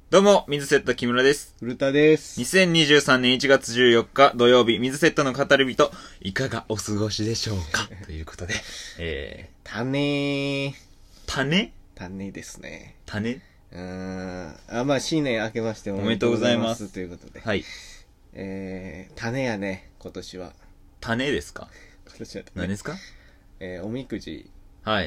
どうも、水セット木村です。 古田です。 2023年1月14日土曜日、水セットの語り人、いかがお過ごしでしょうかということで、 種ですね。 種まあ、新年明けましておめでとうございます。ということで。 はい。 種やね、今年は。 種ですか？ 今年は種。 何ですか？ おみくじ。 はい。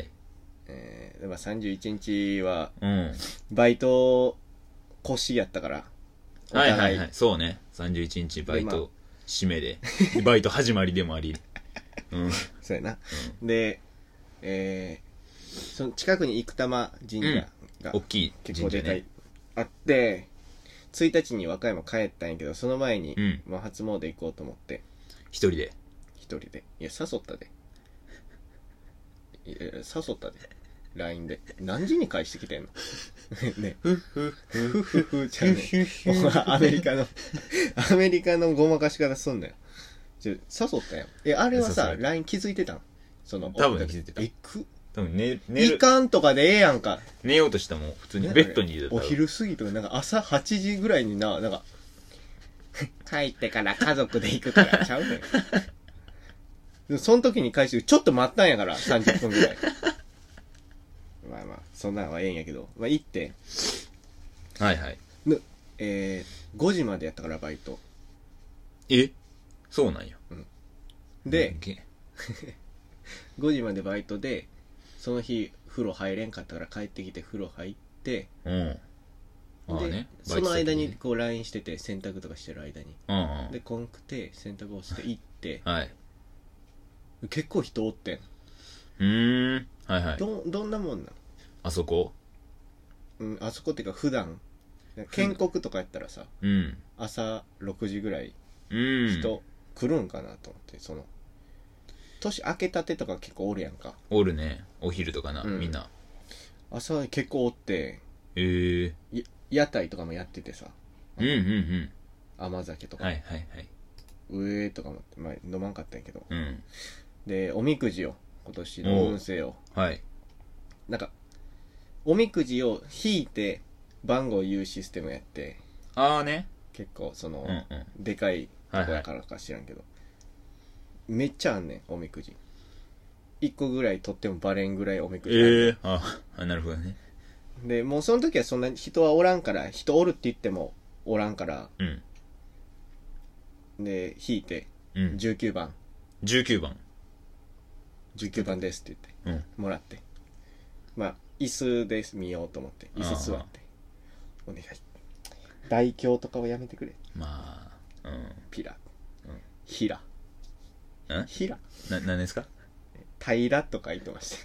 31日は、 うん。 バイト、腰やったから。 はいはいはい。そうね。31日バイト、締めで。バイト始まりでもあり。うん。 そうやな。で、その近くに生玉神社が、 大きい結構でかい、 神あって、1日に和歌山帰ったんやけど、その前に、 うん初詣行こうと思って。 一人で。 いや、誘ったで。LINE で。何時に返してきてんのね。ちゃうね。アメリカのごまかし方すんなよ。誘ったよ。あれはさ、LINE 気づいてたん？ 多分気づいてた。多分いかんとかでええやんか。 寝ようとしたもん、普通にベッドにいる。 お昼過ぎとか、なんか朝8時ぐらいになんか、帰ってから家族で行くからちゃうねん。その時に返して、ちょっと待ったんやから、30分ぐらい。まあ、そんなんはええんやけど。行って。 はいはい。 5時までやったから、バイト。 そうなんや。 で、5時までバイトで、その日、風呂入れんかったから帰ってきて風呂入って、で、その間にこう LINE してて、洗濯とかしてる間に。で、コンクて、洗濯をして行って、結構人おってん。 はいはい。 どんなもんなん？ あそこ？ あそこっていうか普段建国とかやったらさ、朝6時ぐらい人来るんかなと思って、年明けたてとか結構おるやんか。 おるね。お昼とかな、みんな。 朝結構おって、屋台とかもやっててさ、甘酒とか、とかも飲まんかったんやけど、で、おみくじを、今年の運勢を、なんか、おみくじを引いて番号言うシステムやって、結構でかいとこやからか知らんけど、めっちゃあんねん、おみくじ。1個ぐらい取ってもバレんぐらいおみくじあん。 なるほどね。 で、もうその時はそんな人はおらんから、人おるって言ってもおらんから、で、引いて、19番ですって言って、もらって。椅子で見ようと思って、椅子座って。お願い。大凶とかはやめてくれ。ピラ。ヒラ。 何ですか？ 平とか言ってまして。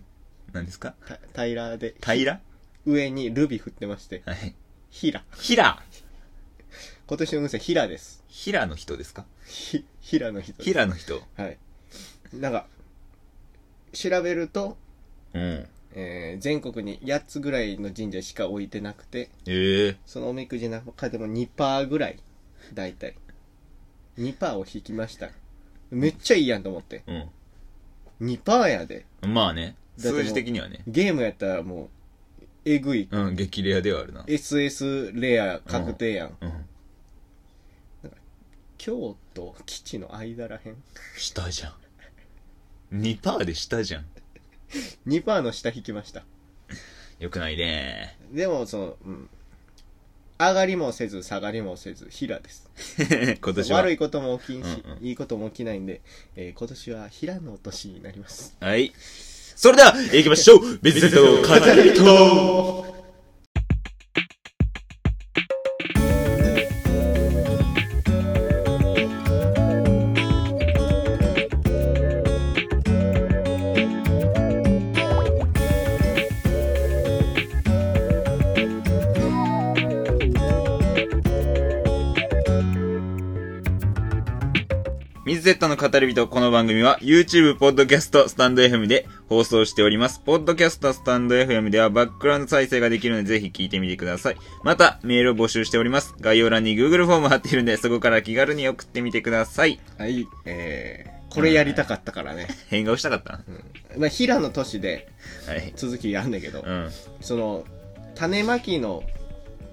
何ですか？ 平で。 平？ 上にルビ振ってまして。ヒラ。今年の運勢ヒラです。 ヒラの人ですか？ ヒラの人です。 ヒラの人。 はい。なんか、調べると、全国に8つぐらいの神社しか置いてなくて、そのおみくじの中でも 2% ぐらい、だいたい 2% を引きました。めっちゃいいやんと思って、2% やで。 まあね、数字的にはね。 ゲームやったらもうえぐい、 激レアではあるな。 SS レア確定やん。なんか京都基地の間らへん、 下じゃん。2% で下じゃん。 2% の下引きました。 よくないね。 でも上がりもせず下がりもせずヒラです。 今年は悪いことも起きんし、いいことも起きないんで、今年はヒラの年になります。 はい。それでは行きましょう。ビジネスと語り人。水セットの語り人、この番組は YouTube、ポッドキャスト、スタンド FM で放送しております。ポッドキャスト、スタンド FM ではバックグラウンド再生ができるのでぜひ聞いてみてください。また、メールを募集しております。概要欄に Google フォーム貼っているんで、そこから気軽に送ってみてください。 はい、これやりたかったからね。 変顔したかったな。 平野都市で続きやんだけど、その種まきの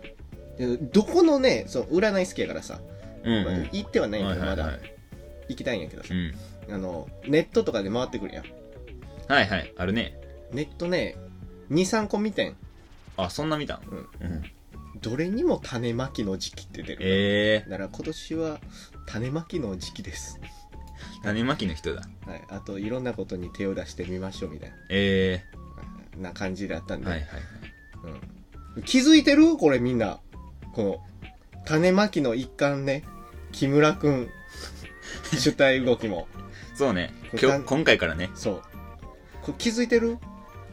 どこのね、占い好きやからさ、 うんうん、 行ってはないんやけど、 はいはいはい、 まだ行きたいんやけどさ、 うん、 ネットとかで回ってくるやん。 はいはい、あるね。 ネットね、2、3個見てん。 あ、そんな見たん？ うん。どれにも種まきの時期って出る。だから今年は種まきの時期です。 種まきの人だ。 はい。あと、いろんなことに手を出してみましょうみたいな。な感じだったんで。 はいはいはい。 うん。気づいてる？これみんな。この、種まきの一環ね。木村くん。主体動きも。 そうね。今回からね。 そう。これ気づいてる？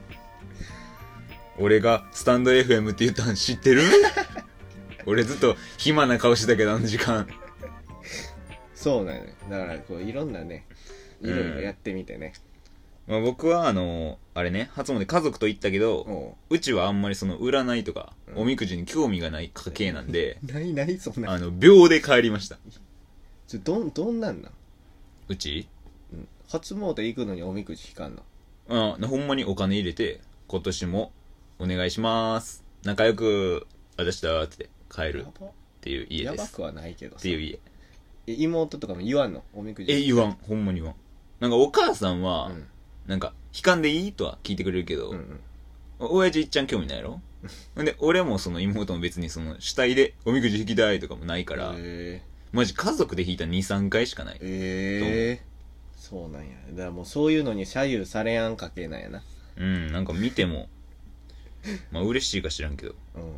俺がスタンド FM って言ったの知ってる？俺ずっと暇な顔してたけど、あの時間。 そうなんやね。だからこういろんなね、いろいろやってみてね。 まあ、僕はあれね、初詣家族と行ったけど、うちはあんまりその占いとか、おみくじに興味がない家系なんで、 ないそんな。 秒で帰りました。 どんなんなん？ うち？ 初詣行くのにおみくじ引かんの？ほんまにお金入れて、今年もお願いします。仲良く、私だって帰るっていう家です。 やばくはないけどさ。 っていう家。 妹とかも言わんの？おみくじ。 言わん。ほんまに言わん。なんかお母さんは、なんか、悲観でいいとは聞いてくれるけど、親父いっちゃん興味ないやろ？で、俺もその妹も別にその主体でおみくじ引きたいとかもないから、マジ家族で引いた2、3回しかない。 そうなんや。だからもうそういうのに左右されやん家系なんやな。 なんか見ても、まあ嬉しいか知らんけど。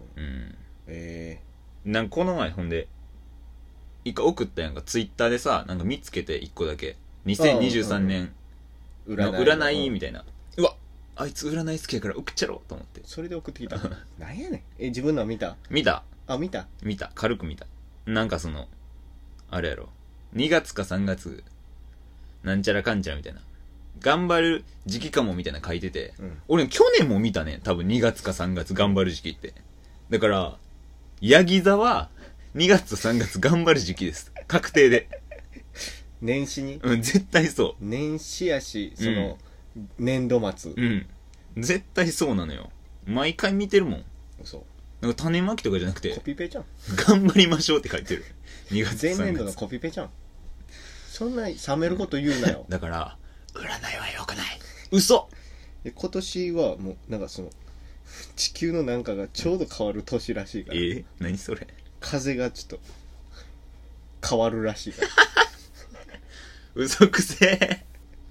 なんかこの前ほんで、一回送ったやんか、ツイッターでさ、なんか見つけて一個だけ。2023年の占いみたいな。うわ、あいつ占い好きやから送っちゃろうと思って。 それで送ってきた。なんやねん。自分のは見た？ 見た。 見た？ 軽く見た。なんかあれやろ。2月か3月、なんちゃらかんちゃらみたいな。頑張る時期かもみたいな書いてて、俺去年も見たね。多分2月か3月頑張る時期って。だから、ヤギ座は2月と3月頑張る時期です。確定で。 年始に？ 絶対そう。 年始やし、年度末。 絶対そうなのよ。毎回見てるもん。 そう。 なんか種まきとかじゃなくて、 コピペじゃん。 頑張りましょうって書いてる。2月前年度のコピペじゃん。そんな冷めること言うなよ。 だから、占いは良くない。嘘。 今年はもう、なんか地球のなんかがちょうど変わる年らしいから。 何それ。 風がちょっと、変わるらしいから。 嘘くせえ。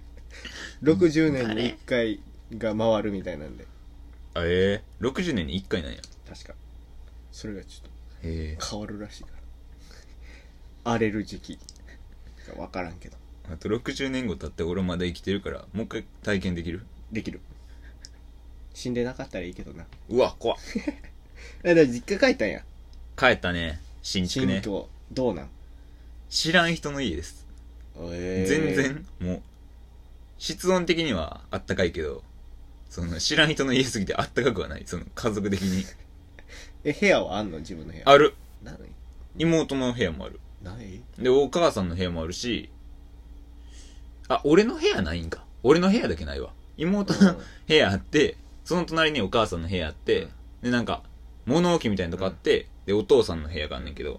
60年に1回が回るみたいなんで。 60年に1回なんや。 確か。それがちょっと、変わるらしいから。荒れる時期が分からんけど。 あと60年後経って俺まだ生きてるから、もう一回体験できる？ できる。死んでなかったらいいけどな。 うわ、怖っ。 だから実家帰ったんや。 帰ったね。新築ね。 新居、どうなん？ 知らん人の家です。全然、もう、室温的にはあったかいけど、知らん人の家すぎてあったかくはない。家族的に。 部屋はあんの？自分の部屋。 ある。妹の部屋もある。 ない？ で、お母さんの部屋もあるし、俺の部屋ないんか。俺の部屋だけないわ。妹の部屋あって、その隣にお母さんの部屋あって、で、なんか、物置みたいなとこあって、で、お父さんの部屋があんねんけど、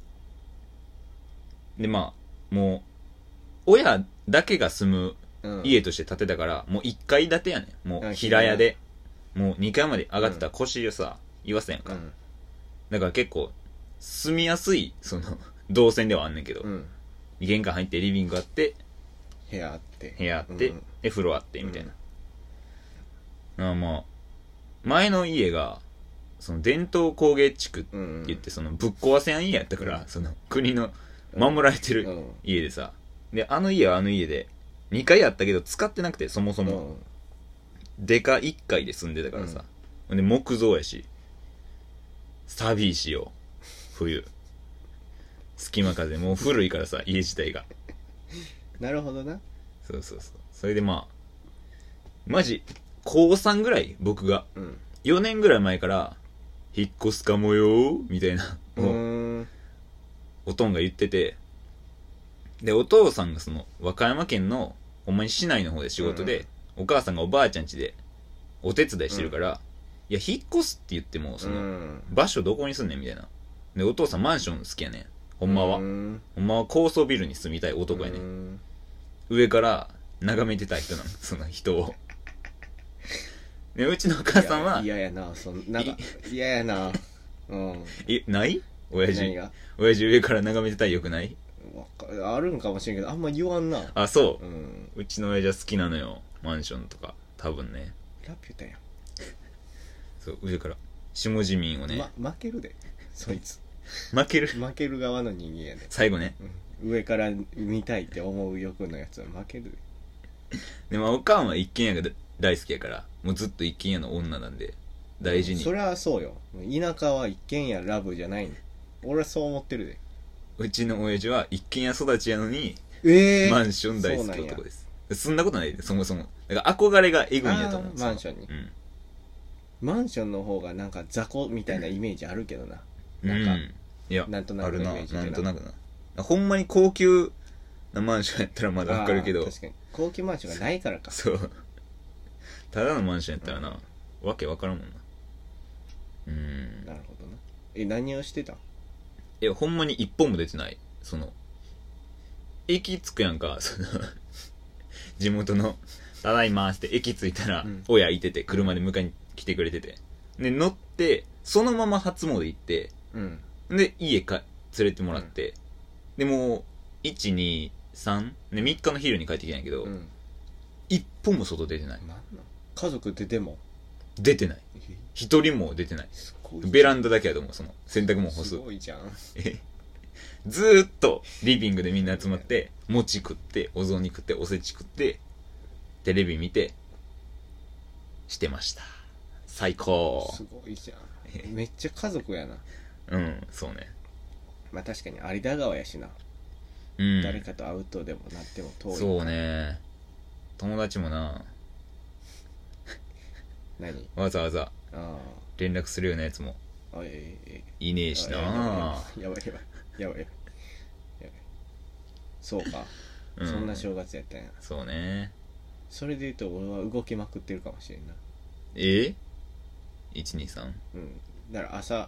で、まあ、もう、親だけが住む家として建てたから、もう1階建てやねん。もう平屋で。もう2階まで上がってたら腰をさ、言わせやんか。だから結構、住みやすい、動線ではあんねんけど、玄関入ってリビングあって、 部屋あって、 で、風呂あって、みたいな。まあ、前の家が、伝統工芸地区って言って、ぶっ壊せやん家やったから、国の守られてる家でさ、で、あの家はあの家で、2階あったけど使ってなくて、そもそも。でか1階で住んでたからさ。で、木造やし、寂しいよ、冬。隙間風、もう古いからさ、家自体が。 なるほどな。 そう。それでまあ、マジ、高3ぐらい、僕が。4年ぐらい前から、引っ越すかもよみたいな、おとんが言ってて、で、お父さんが和歌山県の、ほんまに市内の方で仕事で、お母さんがおばあちゃん家で、お手伝いしてるから、いや、引っ越すって言っても、場所どこに住んねんみたいな。 で、お父さんマンション好きやねん。ほんまは。ほんまは高層ビルに住みたい男やねん。上から眺めてた人なの、その人を。で、うちのお母さんは、 嫌やな、なんか、嫌やな。うん。 ない親父。親父上から眺めてたいよくない？ あるんかもしれんけど、あんま言わんな。 あ、そう。うちの親父は好きなのよ。マンションとか。多分ね。 ラピュタやん。 そう、上から。下地民をね。 負けるで、そいつ。 負ける側の人間やで。 最後ね。 上から見たいって思う欲のやつは負けるで。でも、おかんは一軒家が大好きやから、もうずっと一軒家の女なんで、大事に。 そりゃそうよ。田舎は一軒家ラブじゃないの。俺はそう思ってるで。 うちの親父は一軒家育ちやのに、マンション大好き男です。そんなことないで、そもそも。だから憧れがエグいんやと思う。 マンションに。マンションの方がなんか雑魚みたいなイメージあるけどな。なんか、 いや、 なんとなくのイメージでなんとなくな。ほんまに高級なマンションやったらまだわかるけど。 確かに。高級マンションがないからか。 そう。ただのマンションやったらな、わけわからんもんな。 なるほどな。何をしてた？ ほんまに一本も出てない。駅着くやんか、地元の、ただいまーって駅着いたら、親いてて、車で迎えに来てくれてて。で、乗って、そのまま初詣行って、で、家連れてもらって、で、もう、1、2、3、で、3日の昼に帰ってきたんやけど、一本も外出てない。 家族出ても出てない。一人も出てない。ベランダだけやと思う、洗濯物干す。 すごいじゃん。 ずーっとリビングでみんな集まって、餅食って、お雑煮食って、おせち食って、テレビ見て、してました。最高。 すごいじゃん。めっちゃ家族やな。 そうね。 まあ確かに有田川やしな。誰かと会うとでもなっても遠い。 そうね。友達もな、 何わざわざ連絡するようなやつもいねえしな。 やばい。そうか、そんな正月やったんや。 そうね。 それで言うと俺は動きまくってるかもしれんな。 123。 だから朝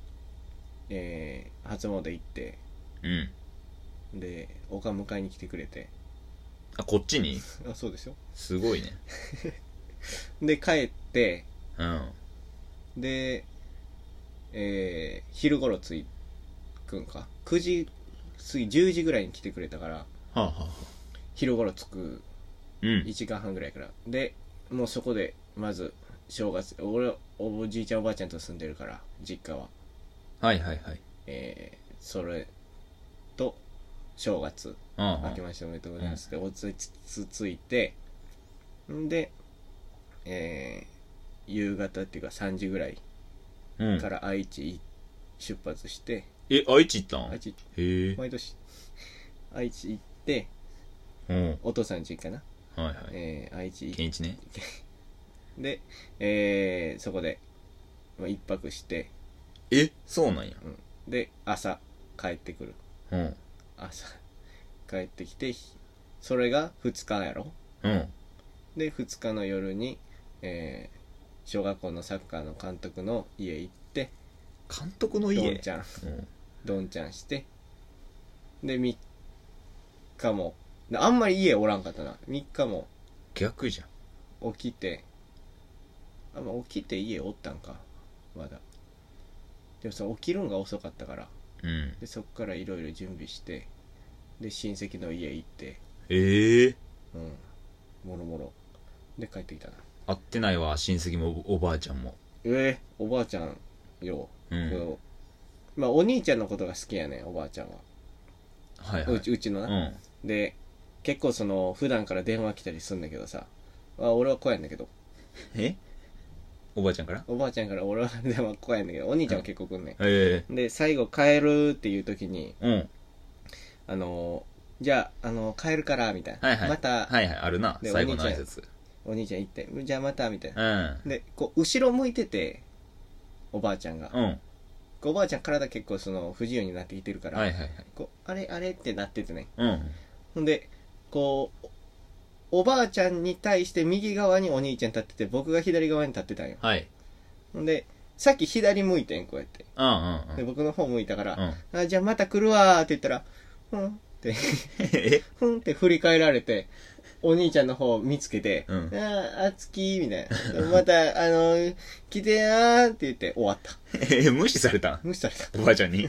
初詣行って、でおか迎えに来てくれて。 あ、こっちに？ あ、そうですよ。 すごいね。 で帰って、で昼頃着くんか、9時過ぎ10時ぐらいに来てくれたから、昼頃着く1時間半ぐらいから、でもうそこでまず正月、俺おじいちゃんおばあちゃんと住んでるから実家は、それと正月明けましておめでとうございますっておつついて、んで夕方っていうか3時ぐらいから愛知出発して、 愛知行ったん？ 愛知へえ。 毎年愛知行って、お父さん実家な、愛知健一ね。 で、そこで、一泊して、 そうなんや。 で朝帰ってくる。朝帰ってきて、それが2日やろ。で2日の夜に、小学校のサッカーの監督の家行って、 監督の家どんちゃんして、で3日もあんまり家おらんかったな。3日も逆じゃん。起きて家おったんかまだ。でもさ、起きるんが遅かったから、でそっからいろいろ準備して、で親戚の家行って、もろもろで帰ってきたな。 会ってないわ、親戚もおばあちゃんも。 おばあちゃんよ。まあお兄ちゃんのことが好きやねん、おばあちゃんは。うちのな。で結構普段から電話来たりすんだけどさ、俺はこうやんだけど。 おばあちゃんから俺は電話こうやんだけど、お兄ちゃんは結構来んねん。で最後帰るっていう時に、じゃあ帰るからみたいな、またあるな、最後の挨拶。 お兄ちゃん行って、じゃあまたみたいな、でこう後ろ向いてて、おばあちゃんが、おばあちゃん体結構不自由になってきてるから、こうあれあれってなっててね。ほんでこうおばあちゃんに対して右側にお兄ちゃん立ってて、僕が左側に立ってたんよ。ほんでさっき左向いてん、こうやって。で、僕の方向いたから、じゃあまた来るわーって言ったら、ふんってふんって振り返られて、お兄ちゃんの方見つけて、あつきーみたいな。また、来てやーって言って終わった。 無視された？ 無視された。 おばあちゃんに。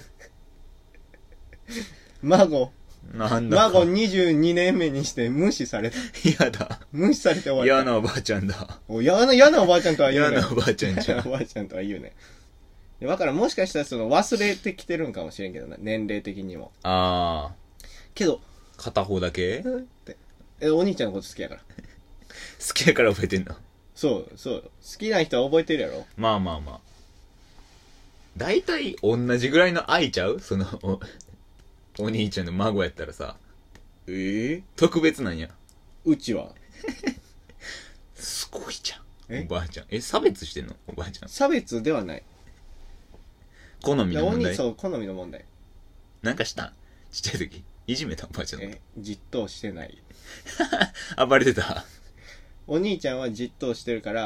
孫22年目にして無視された。 嫌だ。 無視されて終わった。 嫌なおばあちゃんだ。 嫌なおばあちゃんとは言うね。 嫌なおばあちゃんじゃん。 嫌なおばあちゃんとは言うね。だからもしかしたら忘れてきてるんかもしれんけどな、年齢的にも。 ああ。 けど、 片方だけ？ お兄ちゃんのこと好きやから。 好きやから覚えてんの？そう。 好きな人は覚えてるやろ？ まあ。大体同じぐらいの愛ちゃう？お兄ちゃんの孫やったらさ。特別なんや。 うちは。 すごいじゃん。おばあちゃん。差別してんの？おばあちゃん。 差別ではない。 好みの問題。 そう、好みの問題。 なんかしたん？ちっちゃい時。いじめたおばあちゃん。 じっとしてない。 暴れてた。 お兄ちゃんはじっとしてるから、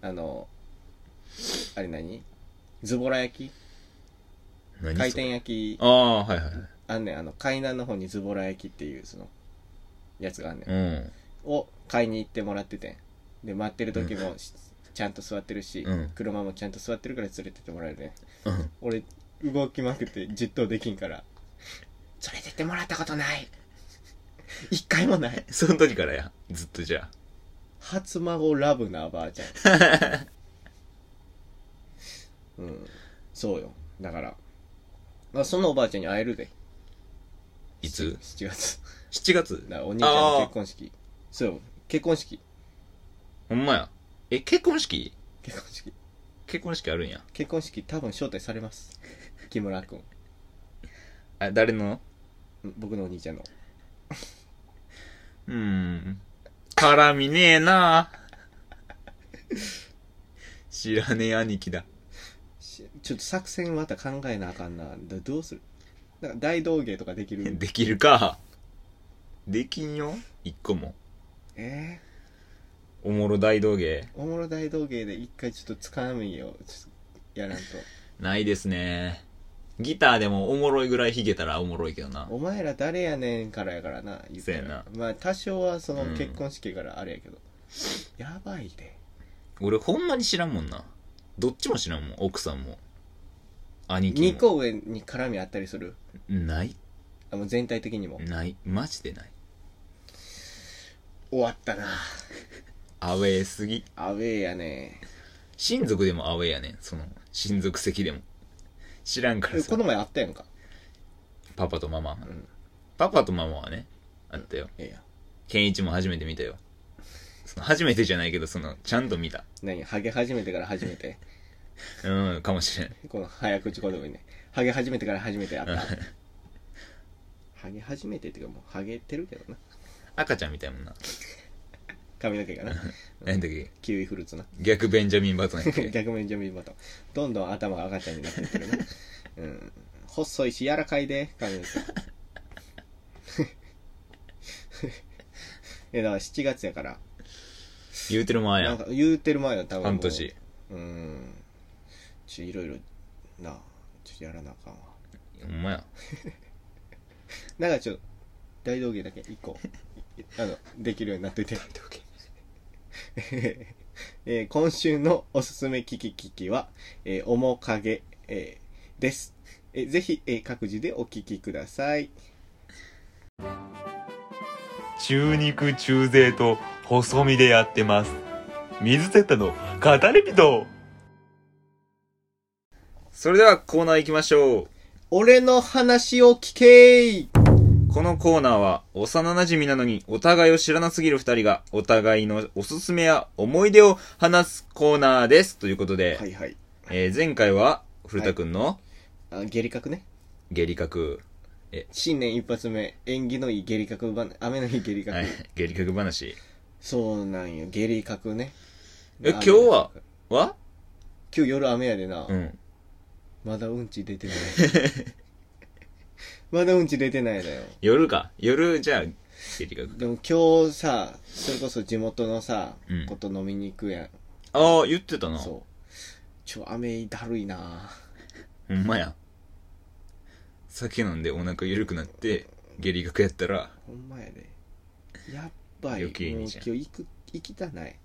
あれズボラ焼き？回転焼き。 はい。 あんねん、海南の方にズボラ焼きっていう、やつがあんねん。を買いに行ってもらってて。で、待ってる時も、ちゃんと座ってるし、車もちゃんと座ってるから連れてってもらえるね。俺、動きまくってじっとできんから、連れてってもらったことない。一回もない。 その時からや。ずっとじゃあ。 初孫ラブなおばあちゃん。そうよ。だから、そのおばあちゃんに会えるで。 いつ？ 7月。 7月？ だからお兄ちゃんの結婚式。そう、結婚式。 ほんまや。結婚式あるんや。 結婚式多分招待されます。木村くん。 誰の？ 僕のお兄ちゃんの。 絡みねえな。知らねえ兄貴だ。 ちょっと作戦また考えなあかんな。どうする？なんか大道芸とかできる？ できるか。できんよ。一個も。おもろ大道芸。 おもろ大道芸で一回ちょっとつかみをやらんと。 ないですね。ギターでもおもろいぐらい弾けたらおもろいけどな。 お前ら誰やねんからやからな。 そうやな。 まあ多少は結婚式からあれやけど。やばいで。 俺ほんまに知らんもんな。どっちも知らんもん。奥さんも兄貴も。 2個上に絡みあったりする？ ない。 もう全体的にもない。マジでない。 終わったな。 アウェーすぎ。 アウェーやね。 親族でもアウェーやねん。親族席でも知らんからさ。 この前あったやんか。 パパとママ。パパとママはね、あったよ。ケンイチも初めて見たよ。初めてじゃないけど、ちゃんと見た。 ハゲ始めてから初めて？ かもしれん。 この早口言葉にね。ハゲ始めてから初めてあった。ハゲ始めてっていうかもうハゲてるけどな。 赤ちゃんみたいもんな。 髪の毛がな。 何だっけ？ キウイフルーツな。 逆ベンジャミンバトンやっけ？ 逆ベンジャミンバトン。どんどん頭が赤ちゃんになってってるな。細いし柔らかいで、髪の毛。だから7月やから。 言うてる前や。 なんか言うてる前や多分。 半年。 いろいろな、ちょっとやらなあかんわ。 ほんまや。 なんか大道芸だけ1個できるようになっといて。今週のおすすめキキは、面影、です。ぜひ、各自でお聞きください。 中肉中背と細身でやってます。水セッタの語り人。それではコーナー行きましょう。 俺の話を聞けー。 このコーナーは幼馴染なのにお互いを知らなすぎる二人がお互いのおすすめや思い出を話すコーナーです。ということで、前回は古田くんの、 下痢角ね。 下痢角。 新年一発目、縁起のいい下痢角雨の日下痢角。 下痢角話。 そうなんよ、下痢角ね。 今日は今日夜雨やでな。まだうんち出てない。まだうんち出てないのよ。 夜か。夜じゃあ下痢角。 でも今日さ、それこそ地元のさ、こと飲みに行くやん。 ああ、言ってたな。 そう。 雨だるいな。 ほんまや。酒飲んでお腹緩くなって下痢学やったらほんまやで。やっばい。 余計にじゃん。もう今日行きたない。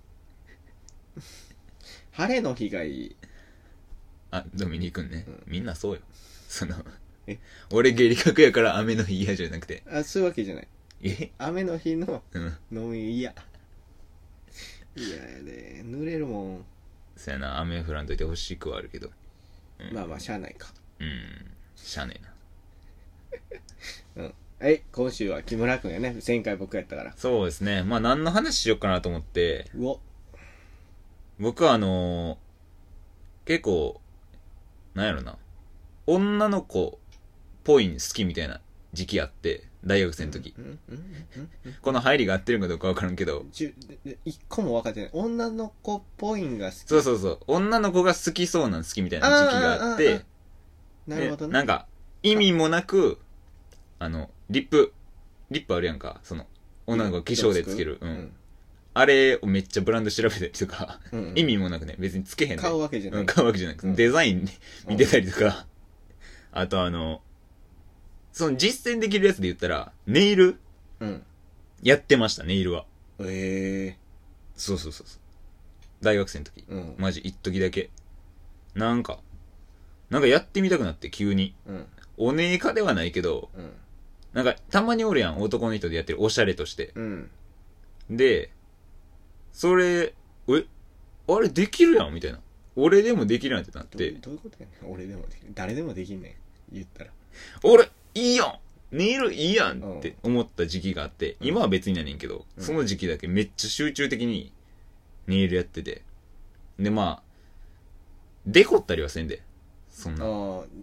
晴れの日がいい。 飲みに行くんね、みんなそうよ。俺下痢学やから雨の日嫌じゃなくて。 そういうわけじゃない。雨の日の飲み嫌。嫌やで。濡れるもん。 そやな、雨降らんといてほしくはあるけど。 まあまあ、しゃあないか。 しゃあねえな。今週は木村くんやね。前回僕やったから。 そうですね。まあ何の話しようかなと思って。僕は結構、なんやろな。女の子っぽい好きみたいな時期あって、大学生の時。この入りが合ってるかどうか分からんけど。 一個も分かってない。女の子っぽいんが好き。 そうそうそう。女の子が好きそうなん好きみたいな時期があって。 なるほどね。 なんか、意味もなく、リップあるやんか。女の子が化粧でつける。あれをめっちゃブランド調べたりとか、意味もなくね、別につけへんね。 買うわけじゃない。 買うわけじゃなく、デザイン見てたりとか、あと実践できるやつで言ったら、ネイルやってました、ネイルは。そう。大学生の時。マジ、一時だけ。なんかやってみたくなって、急に。お姉かではないけど、なんか、たまにおるやん、男の人でやってる、おしゃれとして。で、それ、あれできるやんみたいな。俺でもできるやんってなって。 どういうことやねん。俺でもできる。誰でもできんねん。言ったら。 俺、いいやんネイルいいやんって思った時期があって、今は別にないねんけど、その時期だけめっちゃ集中的にネイルやってて。で、まあ、デコったりはせんで。そんな。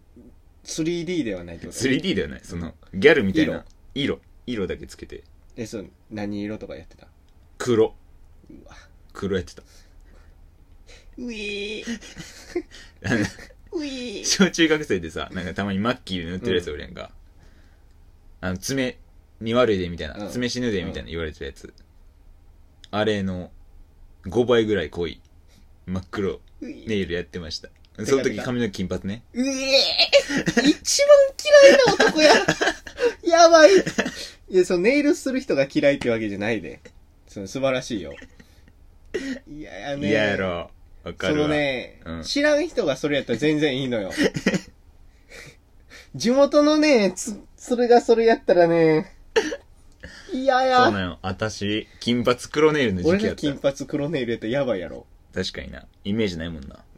3D ではないってこと ?3D ではない。ギャルみたいな。色だけつけて。 何色とかやってた？ 黒。黒やってた。小中学生でさ、なんかたまにマッキーで塗ってるやつおるやんか。爪に悪いでみたいな。爪死ぬでみたいな言われてるやつ。あれの5倍ぐらい濃い真っ黒ネイルやってました。その時髪の金髪ね。 一番嫌いな男や。やばい。いや、ネイルする人が嫌いってわけじゃないで。素晴らしいよ。嫌やね。 嫌やろ。わかるわ。 知らん人がそれやったら全然いいのよ。地元のね、それがそれやったらね、嫌や。 そうなの。私、金髪黒ネイルの時期やった。 俺が金髪黒ネイルやったらやばいやろ。 確かにな。イメージないもんな。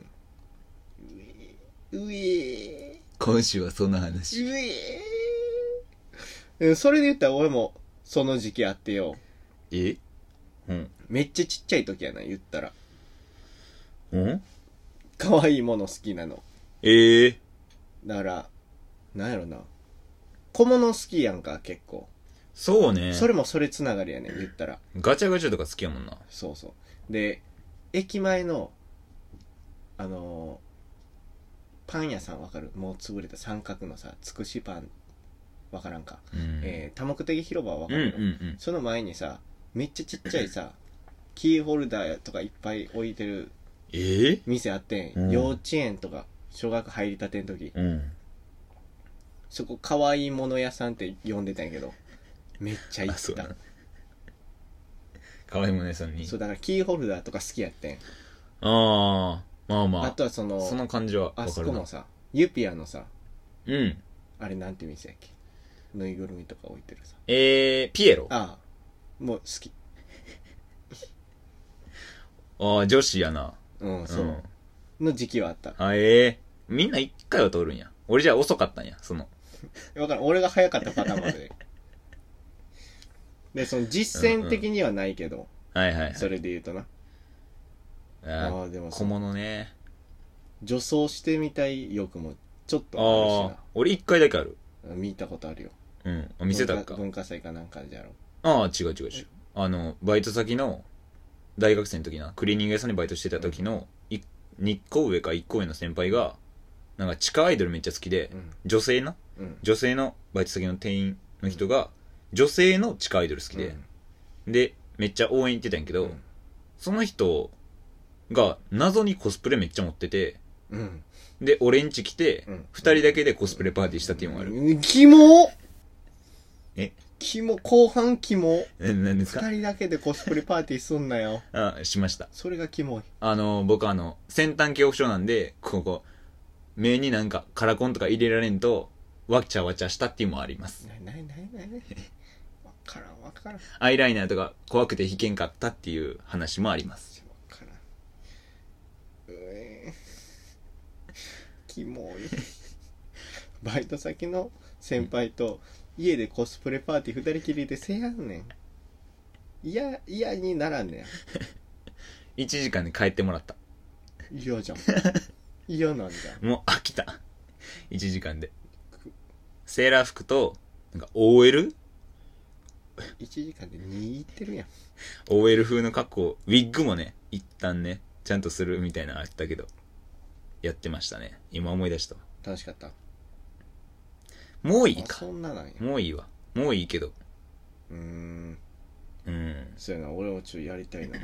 今週はそんな話。 それで言ったら俺もその時期あってよ。めっちゃちっちゃい時やな、言ったら。可愛いもの好きなの。だから、なんやろな。小物好きやんか、結構。 そうね。 それもそれつながりやねん、言ったら。 ガチャガチャとか好きやもんな。 そうそう。で、駅前の、パン屋さんわかる？もう潰れた三角のさ、つくしパン、わからんか。多目的広場わかる？その前にさ、めっちゃちっちゃいさ、キーホルダーとかいっぱい置いてる店あってん。幼稚園とか、小学入りたての時。そこ、可愛いもの屋さんって呼んでたんやけど、めっちゃ行った。 可愛いもの屋さんに。 そう、だからキーホルダーとか好きやってん。 まあ。 あとはその感じはあそこもさ、ユピアのさ、あれなんて店やっけ？ぬいぐるみとか置いてるさ。 ピエロ？ もう好き。 女子やな。 そう。の時期はあった。 みんな一回は通るんや。俺じゃ遅かったんや、 わからん。俺が早かったパターンまで。で、実践的にはないけど。それで言うとな。 でも小物ね。 女装してみたい欲もちょっとあるしな。 俺一回だけある。 見たことあるよ。 見せたか。 文化祭かなんかじゃろ。 違う。バイト先の、大学生の時な、クリーニング屋さんにバイトしてた時の、2個上か1個上の先輩が、なんか地下アイドルめっちゃ好きで、女性のバイト先の店員の人が、女性の地下アイドル好きで、で、めっちゃ応援行ってたんやけど、その人が、謎にコスプレめっちゃ持ってて、 うん。 で、俺んち来て、二人だけでコスプレパーティーしたっていうのがある。 キモえキモ、後半キモ。 何ですか？ 二人だけでコスプレパーティーすんなよ。 あ、しました。 それがキモい。 僕先端恐怖症なんで、目になんかカラコンとか入れられんと、わちゃわちゃしたっていうのもあります。 なわからん。 アイライナーとか怖くて弾けんかったっていう話もあります。わからん。 キモい。バイト先の先輩と家でコスプレパーティー二人きりでせやんねん。嫌にならんねん。 1時間で帰ってもらった。 嫌じゃん。嫌なんだ。 もう飽きた。1時間で。セーラー服と、なんか OL?1 時間で2いってるやん。 OL 風の格好、ウィッグもね、一旦ね、ちゃんとするみたいなのあったけど、やってましたね。今思い出した。 楽しかった。 もういいか。 そんななんや。 もういいわ。もういいけど。 そうやな、俺もちょっとやりたいな。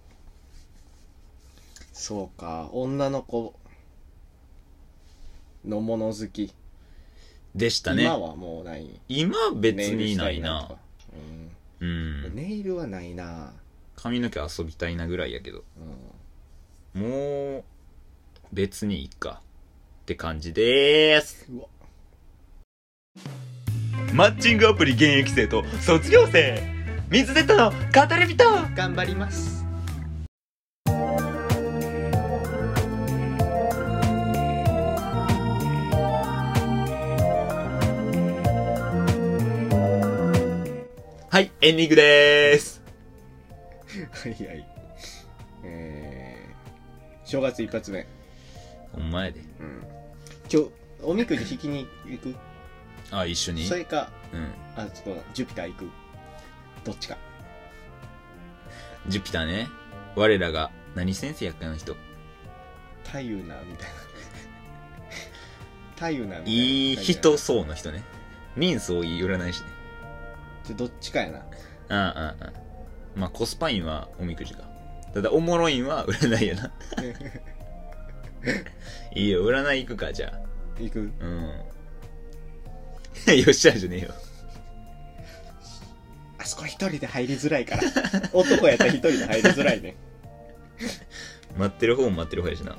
そうか、女の子のもの好き。 でしたね。 今はもうない。 今別にないな。 ネイルはないな。 髪の毛遊びたいなぐらいやけど。もう、別にいいか。って感じでーす。マッチングアプリ現役生と卒業生水瀬との語り人頑張ります。 はい、エンディングでーす。 はいはい。正月一発目。 お前で。 今日、おみくじ引きに行く？ あ、一緒に？ それか、そこ、ジュピター行く？どっちか。 ジュピターね。我らが、何先生やっけあの人。 タユナみたいな。タユナみたいな。 いい人そうの人ね。人相いい占い師ね。 どっちかやな。 まあコスパインはおみくじか。ただおもろいんは占いやな。いいよ、占い行くか、じゃあ。 行く？ よっしゃじゃねえよ。 あそこ一人で入りづらいから。男やったら一人で入りづらいね。 待ってる方も待ってる方やしな。よ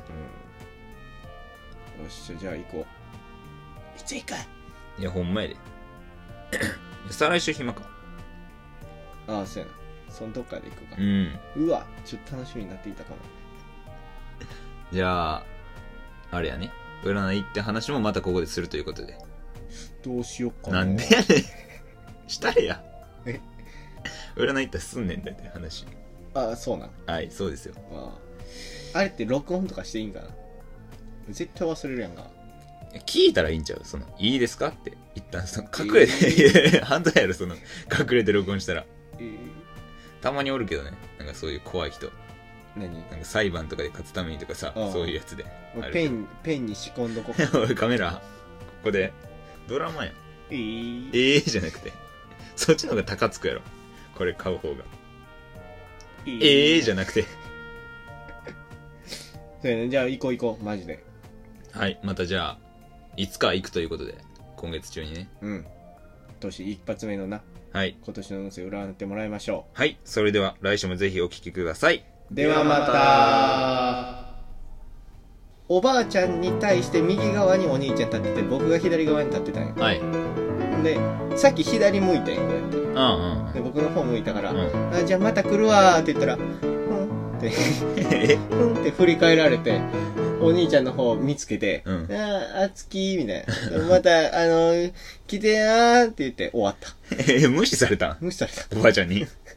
っしゃ、じゃあ行こう。いつ行く？ いや、ほんまやで。再来週暇か。 ああ、そうやな。そのどっかで行くか。うわ、ちょっと楽しみになっていたかも。 じゃあ、あれやね。占いって話もまたここでするということで。 どうしよっかな。 なんでやねん。したれや。占いったらすんねんだって話。 ああ、そうなん。 はい、そうですよ。 あれって録音とかしていいんかな？絶対忘れるやんか。 聞いたらいいんちゃう？いいですかって。一旦隠れて、犯罪やろ、隠れて録音したら。たまにおるけどね。なんかそういう怖い人。 何？ なんか裁判とかで勝つためにとかさ、そういうやつで。 ペンに仕込んどこ。 俺カメラ、ここで。ドラマやん。じゃなくて。そっちの方が高つくやろ。これ買う方が。じゃなくて。 そうやね。じゃあ行こう、マジで。 はい、またじゃあ、いつか行くということで、今月中にね。 年一発目のな。 はい。 今年の運勢占ってもらいましょう。はい。それでは来週もぜひお聞きください。 ではまた。おばあちゃんに対して右側にお兄ちゃん立ってて、僕が左側に立ってたんよ。 はい。 で、さっき左向いてん、こうやって。で、僕の方向いたから、じゃあまた来るわーって言ったら、って振り返られて、お兄ちゃんの方見つけて、あつきみたいな。また、来てやーって言って終わった。 無視された？ 無視された。 おばあちゃんに。